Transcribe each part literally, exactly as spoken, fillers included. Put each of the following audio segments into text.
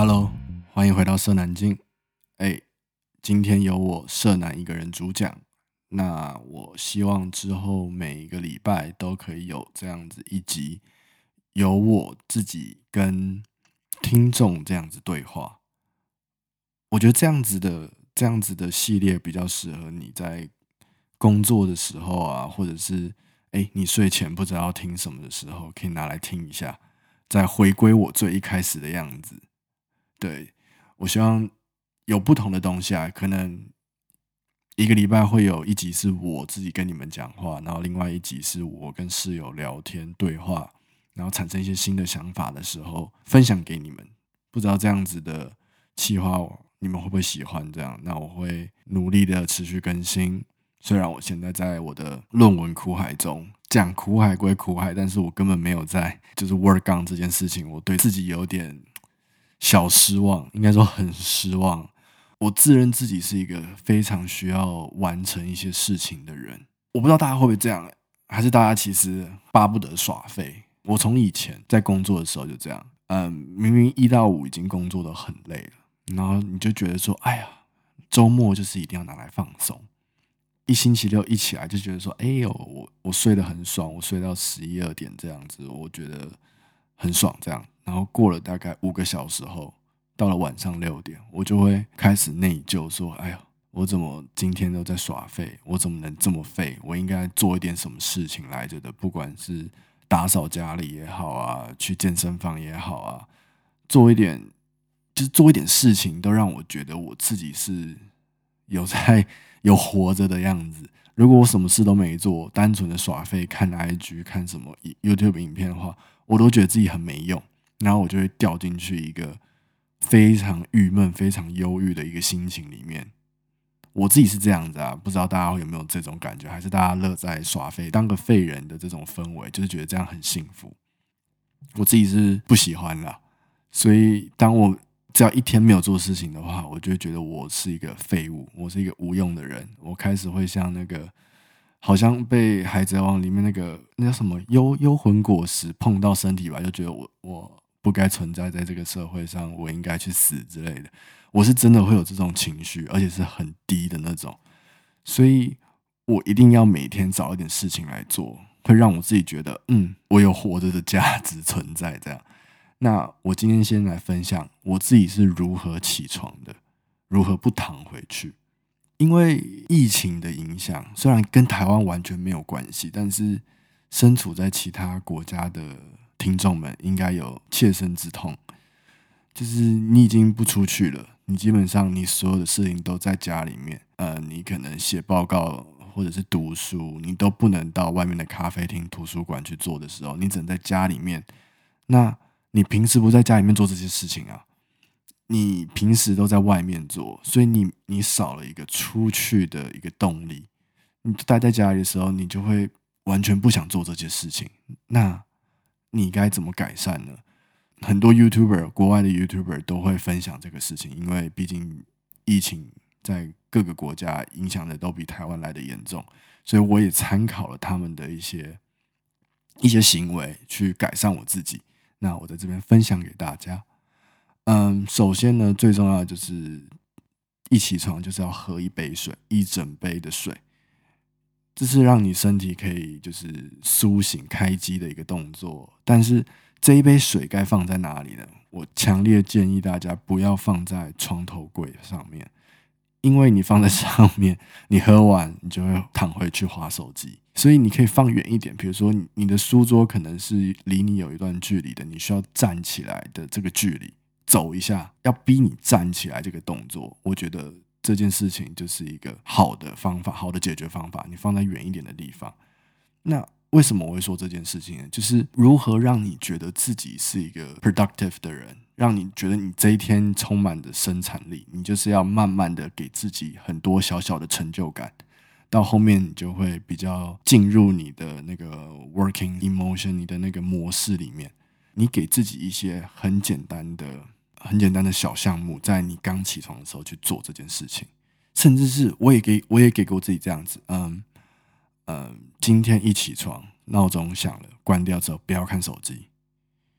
Hello， 欢迎回到社南京。哎，今天由我社南一个人主讲。那我希望之后每一个礼拜都可以有这样子一集，由我自己跟听众这样子对话。我觉得这样子的这样子的系列比较适合你在工作的时候啊，或者是哎你睡前不知道要听什么的时候，可以拿来听一下，再回归我最一开始的样子。对，我希望有不同的东西啊，可能一个礼拜会有一集是我自己跟你们讲话，然后另外一集是我跟室友聊天对话，然后产生一些新的想法的时候分享给你们。不知道这样子的企划你们会不会喜欢这样？那我会努力的持续更新。虽然我现在在我的论文苦海中，讲苦海归苦海，但是我根本没有在就是 work on 这件事情，我对自己有点小失望，应该说很失望。我自认自己是一个非常需要完成一些事情的人，我不知道大家会不会这样，还是大家其实巴不得耍废。我从以前在工作的时候就这样，嗯，明明一到五已经工作得很累了，然后你就觉得说，哎呀，周末就是一定要拿来放松。一星期六一起来就觉得说，哎呦，我我睡得很爽，我睡到十一二点这样子，我觉得很爽这样。然后过了大概五个小时后，到了晚上六点，我就会开始内疚，说：“哎呀，我怎么今天都在耍废？我怎么能这么废？我应该做一点什么事情来着的？不管是打扫家里也好啊，去健身房也好啊，做一点就是做一点事情，都让我觉得我自己是有在有活着的样子。如果我什么事都没做，单纯的耍废，看 I G 看什么 YouTube 影片的话，我都觉得自己很没用。”然后我就会掉进去一个非常郁闷、非常忧郁的一个心情里面。我自己是这样子啊，不知道大家有没有这种感觉，还是大家乐在耍废、当个废人的这种氛围，就是觉得这样很幸福。我自己是不喜欢啦，所以当我只要一天没有做事情的话，我就会觉得我是一个废物，我是一个无用的人。我开始会像那个。好像被《海贼王》里面那个那叫什么幽幽魂果实碰到身体吧，就觉得我我不该存在在这个社会上，我应该去死之类的。我是真的会有这种情绪，而且是很低的那种，所以我一定要每天找一点事情来做，会让我自己觉得，嗯，我有活着的价值存在。这样，那我今天先来分享我自己是如何起床的，如何不躺回去。因为疫情的影响，虽然跟台湾完全没有关系，但是身处在其他国家的听众们应该有切身之痛，就是你已经不出去了，你基本上你所有的事情都在家里面，呃，你可能写报告或者是读书，你都不能到外面的咖啡厅、图书馆去做的时候，你只能在家里面。那你平时不在家里面做这些事情啊？你平时都在外面做，所以你你少了一个出去的一个动力。你待在家里的时候，你就会完全不想做这些事情。那你该怎么改善呢？很多 YouTuber 国外的 YouTuber 都会分享这个事情，因为毕竟疫情在各个国家影响的都比台湾来的严重，所以我也参考了他们的一些一些行为去改善我自己。那我在这边分享给大家。嗯，首先呢，最重要的就是一起床就是要喝一杯水，一整杯的水，这是让你身体可以就是苏醒开机的一个动作。但是这一杯水该放在哪里呢？我强烈建议大家不要放在床头柜上面，因为你放在上面，你喝完你就会躺回去滑手机。所以你可以放远一点，比如说你你的书桌可能是离你有一段距离的，你需要站起来的这个距离。走一下，要逼你站起来这个动作，我觉得这件事情就是一个好的方法，好的解决方法。你放在远一点的地方。那为什么我会说这件事情呢？就是如何让你觉得自己是一个 productive 的人，让你觉得你这一天充满着生产力。你就是要慢慢的给自己很多小小的成就感，到后面你就会比较进入你的那个 working emotion， 你的那个模式里面。你给自己一些很简单的。很简单的小项目，在你刚起床的时候去做这件事情，甚至是我也给我也给过自己这样子，嗯嗯，今天一起床，闹钟响了，关掉之后不要看手机，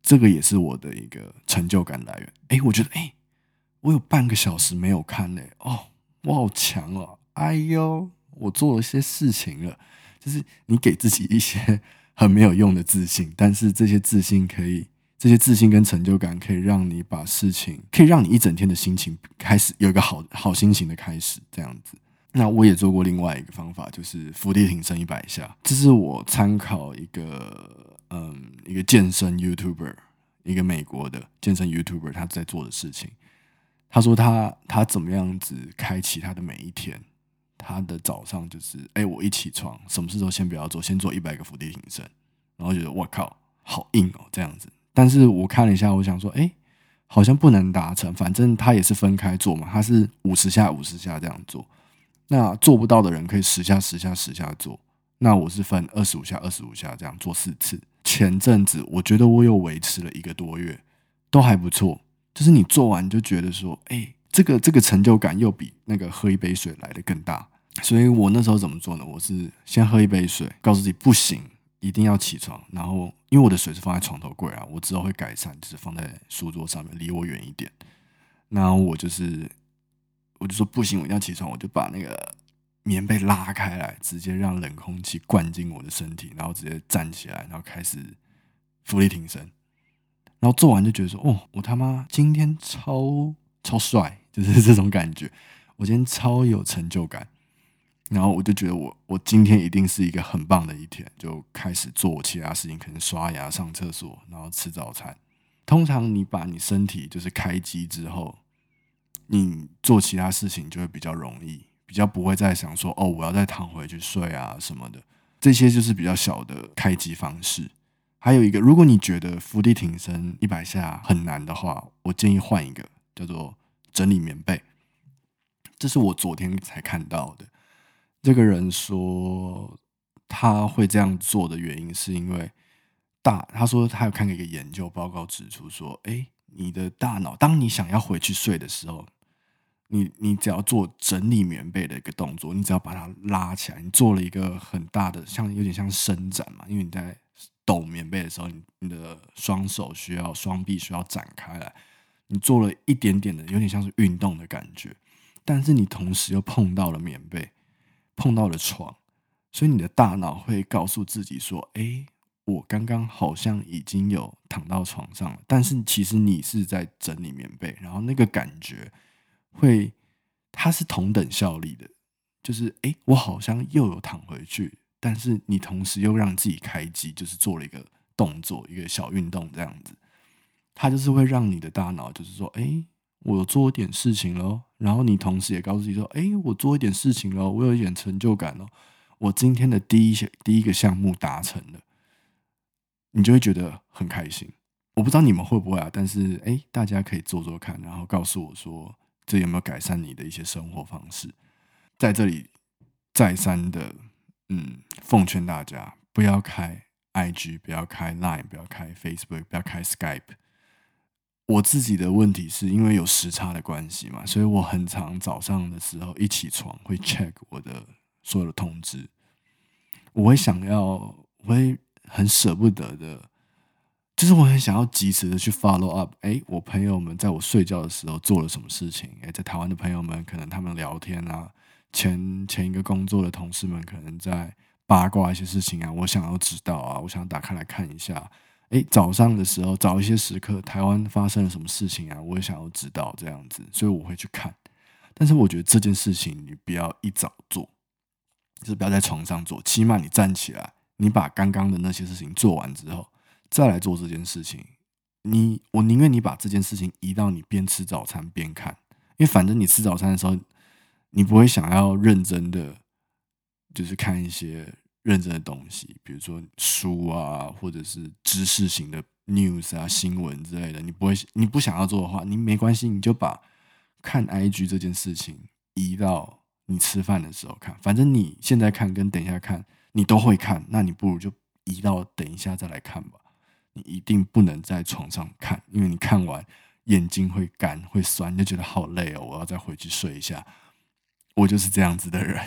这个也是我的一个成就感来源。哎，我觉得哎，我有半个小时没有看嘞，哦，我好强哦！哎呦，我做了一些事情了，就是你给自己一些很没有用的自信，但是这些自信可以，这些自信跟成就感可以让你把事情，可以让你一整天的心情开始有一个好好心情的开始，这样子。那我也做过另外一个方法，就是伏地挺身一百下，这是我参考一个嗯一个健身 YouTuber， 一个美国的健身 YouTuber 他在做的事情。他说他他怎么样子开启他的每一天，他的早上就是哎、欸，我一起床什么事都先不要做，先做一百个伏地挺身，然后觉得我靠好硬哦这样子。但是我看了一下，我想说哎、欸，好像不能达成，反正他也是分开做嘛，他是五十下五十下这样做。那做不到的人可以十下十下十下做，那我是分二十五下二十五下这样做四次。前阵子我觉得我有维持了一个多月，都还不错。就是你做完就觉得说，哎、欸，这个这个成就感又比那个喝一杯水来的更大。所以我那时候怎么做呢？我是先喝一杯水，告诉自己不行，一定要起床。然后因为我的水是放在床头柜啊，我之后会改善，就是放在书桌上面，离我远一点。然后我就是。我就说不行，我一定要起床，我就把那个棉被拉开来，直接让冷空气灌进我的身体，然后直接站起来，然后开始伏地挺身，然后做完就觉得说，哦，我他妈今天超超帅，就是这种感觉，我今天超有成就感，然后我就觉得我我今天一定是一个很棒的一天，就开始做其他事情，可能刷牙、上厕所，然后吃早餐。通常你把你身体就是开机之后。你做其他事情就会比较容易，比较不会再想说哦，我要再躺回去睡啊什么的。这些就是比较小的开机方式。还有一个，如果你觉得伏地挺身一百下很难的话，我建议换一个，叫做整理棉被。这是我昨天才看到的。这个人说他会这样做的原因是因为大，他说他有看一个研究报告指出说，哎，你的大脑当你想要回去睡的时候。你你只要做整理棉被的一个动作，你只要把它拉起来，你做了一个很大的，像有点像伸展嘛，因为你在抖棉被的时候，你你的双手需要双臂需要展开来，你做了一点点的，有点像是运动的感觉，但是你同时又碰到了棉被，碰到了床，所以你的大脑会告诉自己说，哎，我刚刚好像已经有躺到床上了，但是其实你是在整理棉被，然后那个感觉。会，它是同等效力的，就是诶，我好像又有躺回去，但是你同时又让自己开机，就是做了一个动作，一个小运动这样子，它就是会让你的大脑就是说，诶，我有做一点事情咯，然后你同时也告诉自己说，诶，我做一点事情咯，我有一点成就感咯，我今天的第一第一个项目达成了，你就会觉得很开心。我不知道你们会不会啊，但是诶，大家可以做做看，然后告诉我说。这有没有改善你的一些生活方式？在这里再三的，嗯，奉劝大家不要开 I G， 不要开 Line， 不要开 Facebook， 不要开 Skype。我自己的问题是因为有时差的关系嘛，所以我很常早上的时候一起床会 check 我的所有的通知，我会想要，我会很舍不得的。就是我很想要及时的去 follow up， 哎，我朋友们在我睡觉的时候做了什么事情？哎，在台湾的朋友们可能他们聊天啊，前前一个工作的同事们可能在八卦一些事情啊，我想要知道啊，我想要打开来看一下。哎，早上的时候早一些时刻，台湾发生了什么事情啊？我也想要知道这样子，所以我会去看。但是我觉得这件事情你不要一早做，就是不要在床上做，起码你站起来，你把刚刚的那些事情做完之后。再来做这件事情，你我宁愿你把这件事情移到你边吃早餐边看，因为反正你吃早餐的时候，你不会想要认真的，就是看一些认真的东西，比如说书啊，或者是知识型的 news 啊、新闻之类的。你不会，你不想要做的话，你没关系，你就把看 I G 这件事情移到你吃饭的时候看。反正你现在看跟等一下看，你都会看，那你不如就移到等一下再来看吧。你一定不能在床上看，因为你看完眼睛会干会酸，你就觉得好累哦，我要再回去睡一下。我就是这样子的人，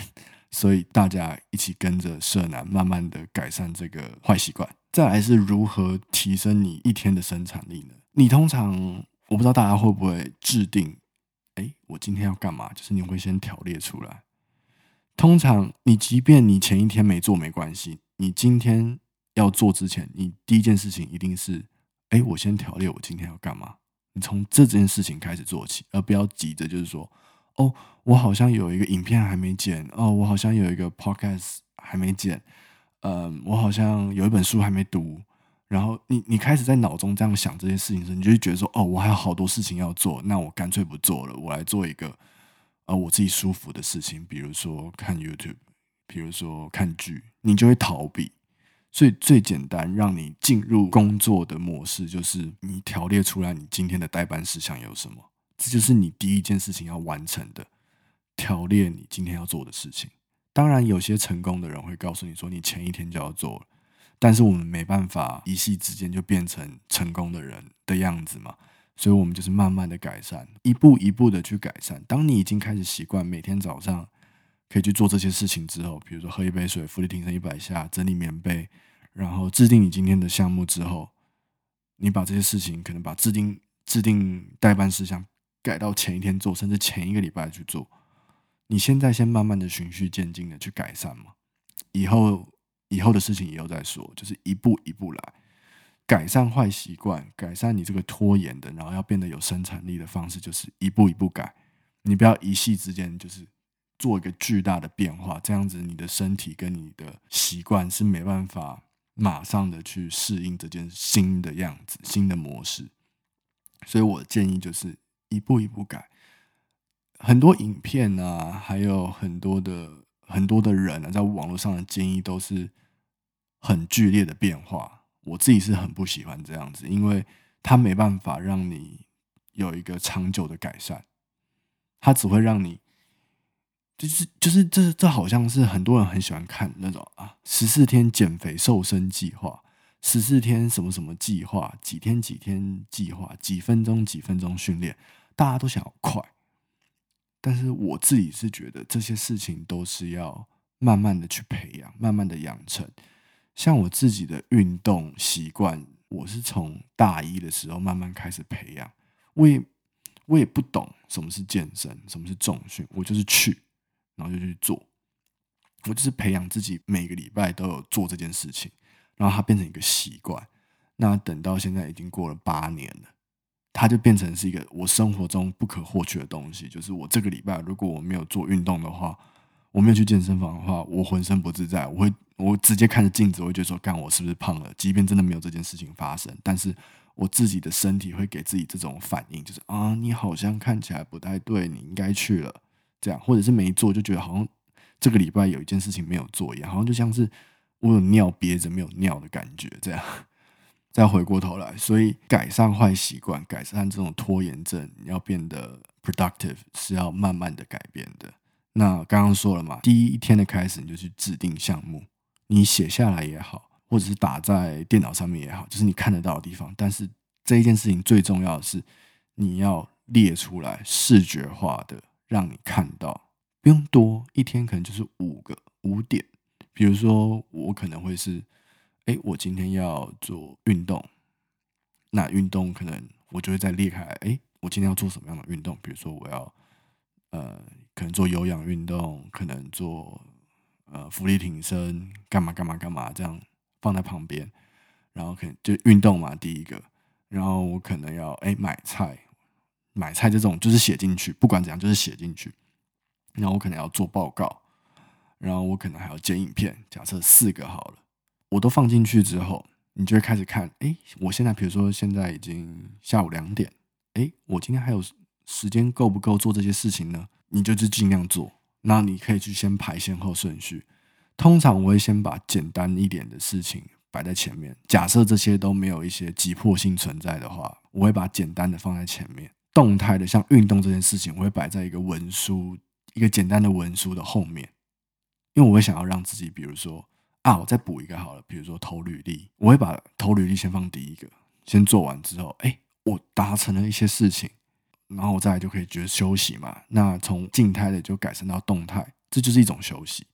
所以大家一起跟着社男慢慢的改善这个坏习惯。再来是如何提升你一天的生产力呢？你通常我不知道大家会不会制定，诶，我今天要干嘛，就是你会先条列出来。通常你即便你前一天没做没关系，你今天要做之前，你第一件事情一定是，诶，我先条列我今天要干嘛。你从这件事情开始做起，而不要急着就是说，哦，我好像有一个影片还没剪，哦，我好像有一个 podcast 还没剪，嗯，我好像有一本书还没读，然后你你开始在脑中这样想这些事情的时候，你就会觉得说，哦，我还有好多事情要做，那我干脆不做了，我来做一个呃我自己舒服的事情，比如说看 YouTube，比如说看剧，你就会逃避。所以最简单让你进入工作的模式，就是你条列出来你今天的待办事项有什么，这就是你第一件事情要完成的，条列你今天要做的事情。当然有些成功的人会告诉你说你前一天就要做了，但是我们没办法一夕之间就变成成功的人的样子嘛，所以我们就是慢慢的改善，一步一步的去改善。当你已经开始习惯每天早上可以去做这些事情之后，比如说喝一杯水，伏地挺身一百下，整理棉被，然后制定你今天的项目之后，你把这些事情可能把制定制定待办事项改到前一天做，甚至前一个礼拜去做。你现在先慢慢的循序渐进的去改善嘛，以后以后的事情以后再说，就是一步一步来。改善坏习惯，改善你这个拖延的，然后要变得有生产力的方式，就是一步一步改。你不要一夕之间就是做一个巨大的变化，这样子你的身体跟你的习惯是没办法马上的去适应这件新的样子、新的模式。所以我的建议就是一步一步改。很多影片啊，还有很多的很多的人啊，在网络上的建议都是很剧烈的变化。我自己是很不喜欢这样子，因为它没办法让你有一个长久的改善，它只会让你就是就是这这好像是很多人很喜欢看那种啊，十四天减肥瘦身计划，十四天什么什么计划，几天几天计划，几分钟几分钟训练，大家都想要快。但是我自己是觉得这些事情都是要慢慢的去培养，慢慢的养成。像我自己的运动习惯，我是从大一的时候慢慢开始培养。我也我也不懂什么是健身，什么是重训，我就是去，然后就去做。我就是培养自己每个礼拜都有做这件事情，然后它变成一个习惯。那等到现在已经过了八年了。它就变成是一个我生活中不可或缺的东西，就是我这个礼拜如果我没有做运动的话，我没有去健身房的话，我浑身不自在，我会我直接看着镜子，我会觉得说，干我是不是胖了？即便真的没有这件事情发生，但是我自己的身体会给自己这种反应，就是啊，你好像看起来不太对，你应该去了，这样，或者是没做，就觉得好像这个礼拜有一件事情没有做一样，好像就像是我有尿憋着没有尿的感觉，这样。再回过头来，所以改善坏习惯，改善这种拖延症，要变得 productive 是要慢慢的改变的。那刚刚说了嘛，第一天的开始你就去制定项目，你写下来也好，或者是打在电脑上面也好，就是你看得到的地方。但是这一件事情最重要的是，你要列出来，视觉化的让你看到，不用多，一天可能就是五个五点。比如说我可能会是。哎，我今天要做运动，那运动可能我就会再列开来。哎，我今天要做什么样的运动？比如说我要呃，可能做有氧运动，可能做呃伏地挺身，干嘛干嘛干嘛，这样放在旁边。然后可能就运动嘛，第一个。然后我可能要哎买菜，买菜这种就是写进去，不管怎样就是写进去。然后我可能要做报告，然后我可能还要剪影片，假设四个好了。我都放进去之后，你就会开始看，哎，我现在比如说现在已经下午两点，哎，我今天还有时间够不够做这些事情呢？你就是尽量做，那你可以去先排先后顺序。通常我会先把简单一点的事情摆在前面，假设这些都没有一些急迫性存在的话，我会把简单的放在前面，动态的像运动这件事情，我会摆在一个文书，一个简单的文书的后面，因为我会想要让自己，比如说。啊，我再补一个好了，比如说投履历，我会把投履历先放第一个，先做完之后，哎，我达成了一些事情，然后我再来就可以觉得休息嘛。那从静态的就改成到动态，这就是一种休息。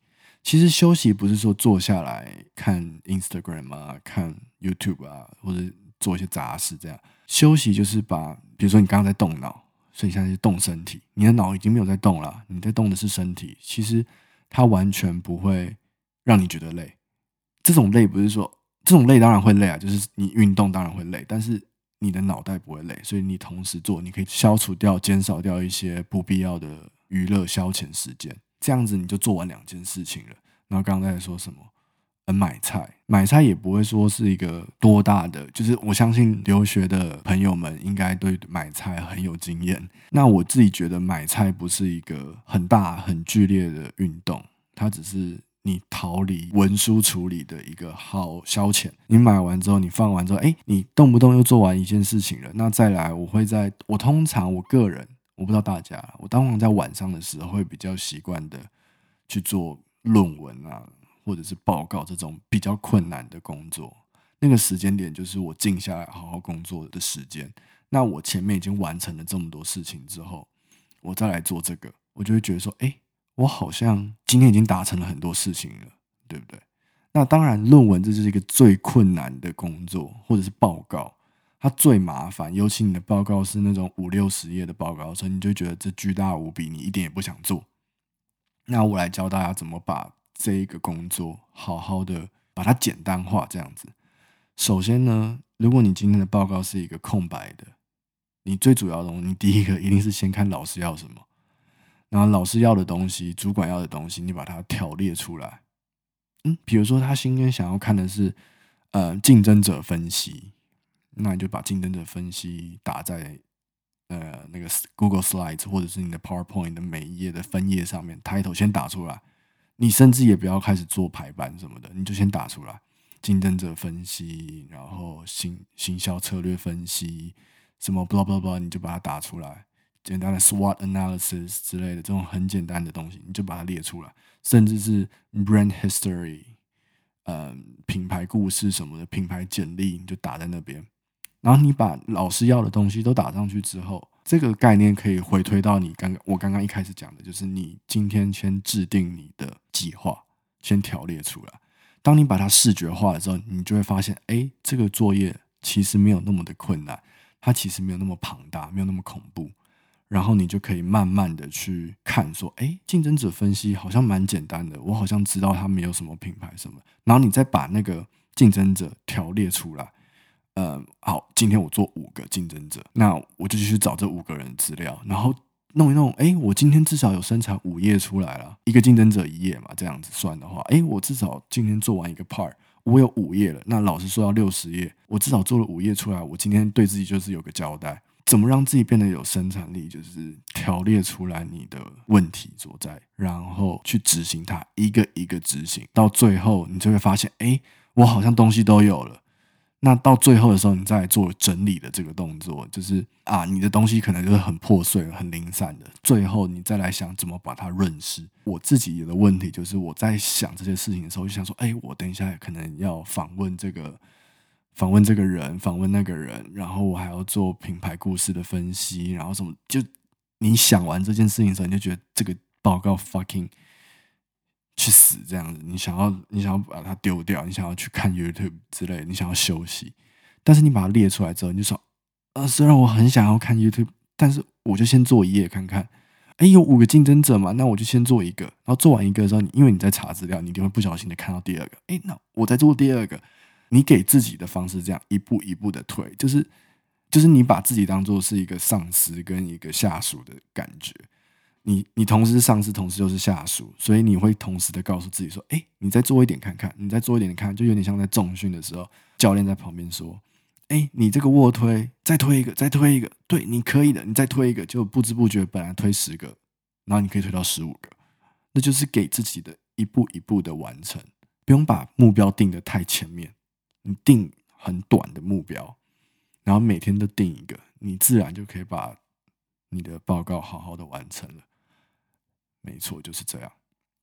其实休息不是说坐下来看 Instagram 啊、看 YouTube 啊，或者做一些杂事这样。休息就是把，比如说你刚刚在动脑，所以现在是动身体，你的脑已经没有在动了，你在动的是身体。其实它完全不会让你觉得累。这种累不是说，这种累当然会累啊，就是你运动当然会累，但是你的脑袋不会累，所以你同时做，你可以消除掉、减少掉一些不必要的娱乐消遣时间，这样子你就做完两件事情了。然后刚刚在说什么？呃，买菜，买菜也不会说是一个多大的，就是我相信留学的朋友们应该对买菜很有经验。那我自己觉得买菜不是一个很大很剧烈的运动，它只是你逃离文书处理的一个好消遣。你买完之后，你放完之后，哎，你动不动又做完一件事情了。那再来，我会在我通常我个人，我不知道大家，我通常在晚上的时候会比较习惯的去做论文啊。或者是报告这种比较困难的工作，那个时间点就是我静下来好好工作的时间。那我前面已经完成了这么多事情之后，我再来做这个，我就会觉得说，哎，我好像今天已经达成了很多事情了，对不对？那当然，论文这就是一个最困难的工作，或者是报告，它最麻烦。尤其你的报告是那种五六十页的报告，所以你就觉得这巨大无比，你一点也不想做。那我来教大家怎么把这一个工作好好的把它简单化，这样子。首先呢，如果你今天的报告是一个空白的，你最主要的东西，你第一个一定是先看老师要什么，然后老师要的东西、主管要的东西，你把它条列出来。嗯，比如说他今天想要看的是呃竞争者分析，那你就把竞争者分析打在呃那个 Google Slides 或者是你的 PowerPoint 的每一页的分页上面 ，title 先打出来。你甚至也不要开始做排版什么的，你就先打出来，竞争者分析，然后行行销策略分析，什么 blah blah blah，你就把它打出来。简单的 SWOT analysis 之类的这种很简单的东西，你就把它列出来，甚至是 brand history， 呃，品牌故事什么的，品牌简历你就打在那边。然后你把老师要的东西都打上去之后，这个概念可以回推到你刚刚我刚刚一开始讲的，就是你今天先制定你的计划，先条列出来。当你把它视觉化的时候，你就会发现，哎，这个作业其实没有那么的困难，它其实没有那么庞大，没有那么恐怖。然后你就可以慢慢的去看，说，哎，竞争者分析好像蛮简单的，我好像知道他们有什么品牌什么。然后你再把那个竞争者条列出来。呃，好，今天我做五个竞争者，那我就去找这五个人的资料，然后弄一弄，哎，我今天至少有生产五页出来了，一个竞争者一页嘛，这样子算的话，哎，我至少今天做完一个 part， 我有五页了。那老师说要六十页，我至少做了五页出来，我今天对自己就是有个交代。怎么让自己变得有生产力？就是条列出来你的问题所在，然后去执行它，一个一个执行，到最后你就会发现，哎，我好像东西都有了。那到最后的时候，你再来做整理的这个动作，就是啊，你的东西可能就是很破碎、很零散的。最后你再来想怎么把它润饰。我自己的问题就是，我在想这些事情的时候，就想说，哎，我等一下可能要访问这个、访问这个人、访问那个人，然后我还要做品牌故事的分析，然后什么，就你想完这件事情的时候，你就觉得这个报告 fucking。去死这样子，你想要你想要把它丢掉，你想要去看 YouTube 之类的，你想要休息，但是你把它列出来之后，你就说，呃，虽然我很想要看 YouTube，但是我就先做一页看看，哎，有五个竞争者嘛，那我就先做一个，然后做完一个的时候，因为你在查资料，你一定会不小心的看到第二个，哎，那我再做第二个，你给自己的方式这样一步一步的推，就是就是你把自己当做是一个上司跟一个下属的感觉。你你同时是上司，同时又是下属，所以你会同时的告诉自己说：“哎，你再做一点看看，你再做一点看看。”就有点像在重训的时候，教练在旁边说：“哎，你这个卧推再推一个，再推一个，对，你可以的，你再推一个。”就不知不觉本来推十个，然后你可以推到十五个，那就是给自己的一步一步的完成，不用把目标定得太前面，你定很短的目标，然后每天都定一个，你自然就可以把你的报告好好的完成了。没错，就是这样。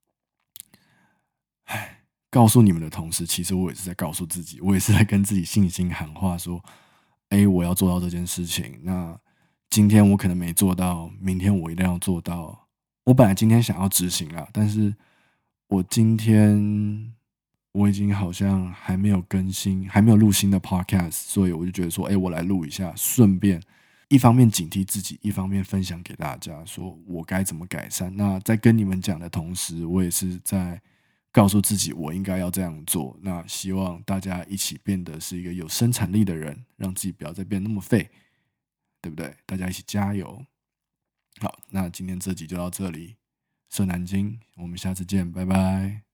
唉，告诉你们的同时，其实我也是在告诉自己，我也是在跟自己信心喊话，说：“哎，我要做到这件事情。那今天我可能没做到，明天我一定要做到。我本来今天想要执行啦，但是我今天我已经好像还没有更新，还没有录新的 podcast，所以我就觉得说，哎，我来录一下，顺便一方面警惕自己，一方面分享给大家，说我该怎么改善。那在跟你们讲的同时，我也是在告诉自己，我应该要这样做。那希望大家一起变得是一个有生产力的人，让自己不要再变那么废，对不对？大家一起加油！好，那今天这集就到这里，射南京，我们下次见，拜拜。